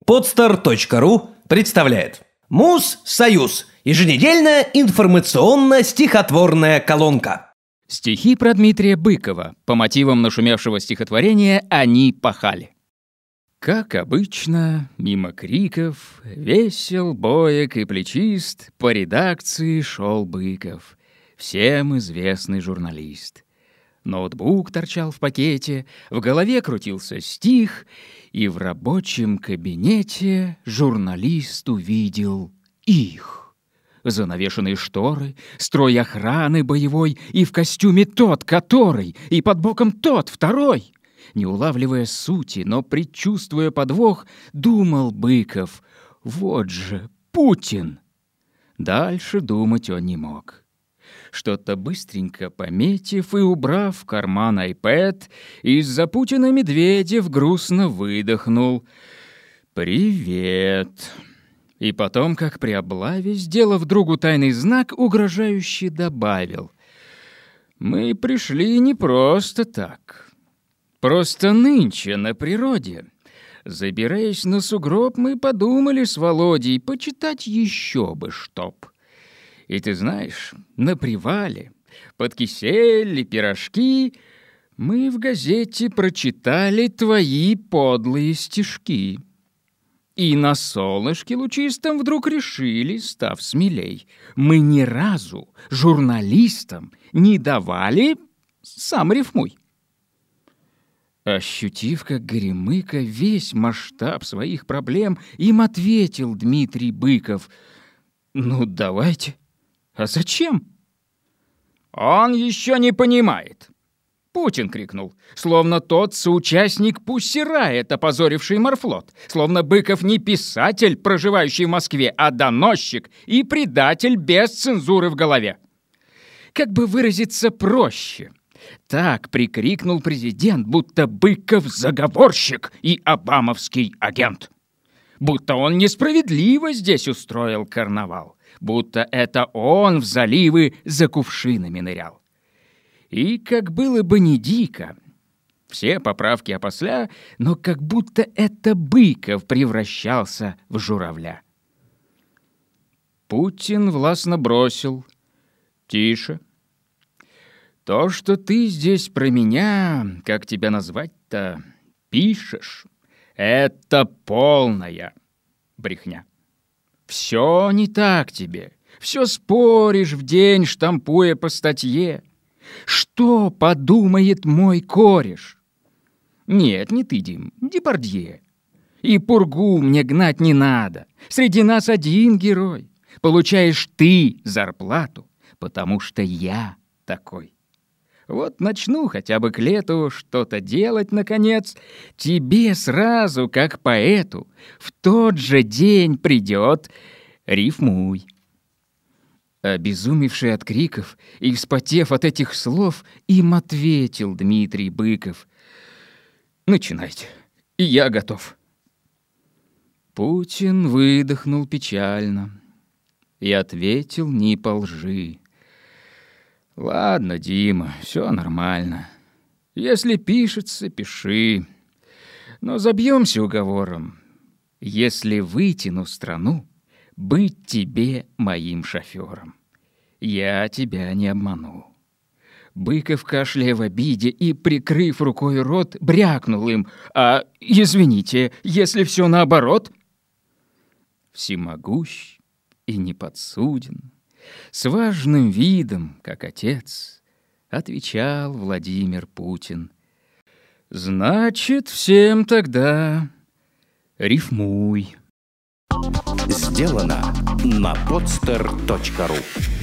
Podstar.ru представляет Муз-Союз. Еженедельная информационно-стихотворная колонка. Стихи про Дмитрия Быкова по мотивам нашумевшего стихотворения «Они пахали». Как обычно, мимо криков, весел, боек и плечист, по редакции шел Быков, всем известный журналист. Ноутбук торчал в пакете, в голове крутился стих, и в рабочем кабинете журналист увидел их. Занавешенные шторы, строй охраны боевой, и в костюме тот, который, и под боком тот, второй. Не улавливая сути, но предчувствуя подвох, думал Быков: вот же Путин! Дальше думать он не мог. Что-то быстренько пометив и убрав в карман iPad, из-за Путина Медведев грустно выдохнул: «Привет!» И потом, как при облаве, сделав другу тайный знак, угрожающе добавил: «Мы пришли не просто так. Просто нынче на природе, забираясь на сугроб, мы подумали с Володей почитать еще бы чтоб. И ты знаешь, на привале, под кисель и пирожки, мы в газете прочитали твои подлые стишки. И на солнышке лучистом вдруг решили, став смелей, мы ни разу журналистам не давали «сам рифмуй». Ощутив, как горемыка, весь масштаб своих проблем, им ответил Дмитрий Быков: «Ну, давайте. А зачем?» «Он еще не понимает!» Путин крикнул, словно тот соучастник Пусси Райот, опозоривший морфлот, словно Быков не писатель, проживающий в Москве, а доносчик и предатель без цензуры в голове. Как бы выразиться проще? Так прикрикнул президент, будто Быков заговорщик и обамовский агент. Будто он несправедливо здесь устроил карнавал. Будто это он в заливы за кувшинами нырял. И как было бы не дико, все поправки опосля, но как будто это Быков превращался в журавля. Путин властно бросил: «Тише. То, что ты здесь про меня, как тебя назвать-то, пишешь, это полная брехня. Все не так тебе, все споришь в день, штампуя по статье. Что подумает мой кореш? Нет, не ты, Дим, Депардье. И пургу мне гнать не надо. Среди нас один герой. Получаешь ты зарплату, потому что я такой. Вот начну хотя бы к лету что-то делать, наконец, тебе сразу, как поэту, в тот же день придет рифмуй». Обезумевший от криков и вспотев от этих слов, им ответил Дмитрий Быков: «Начинайте, и я готов». Путин выдохнул печально и ответил не по лжи: «Ладно, Дима, все нормально. Если пишется, пиши. Но забьемся уговором. Если вытяну страну, быть тебе моим шофером. Я тебя не обману». Быков, кашляя в обиде и, прикрыв рукой рот, брякнул им: «А, извините, если все наоборот?» Всемогущ и неподсуден, с важным видом, как отец, отвечал Владимир Путин: «Значит, всем тогда рифмуй». Сделано на Podstar.ru.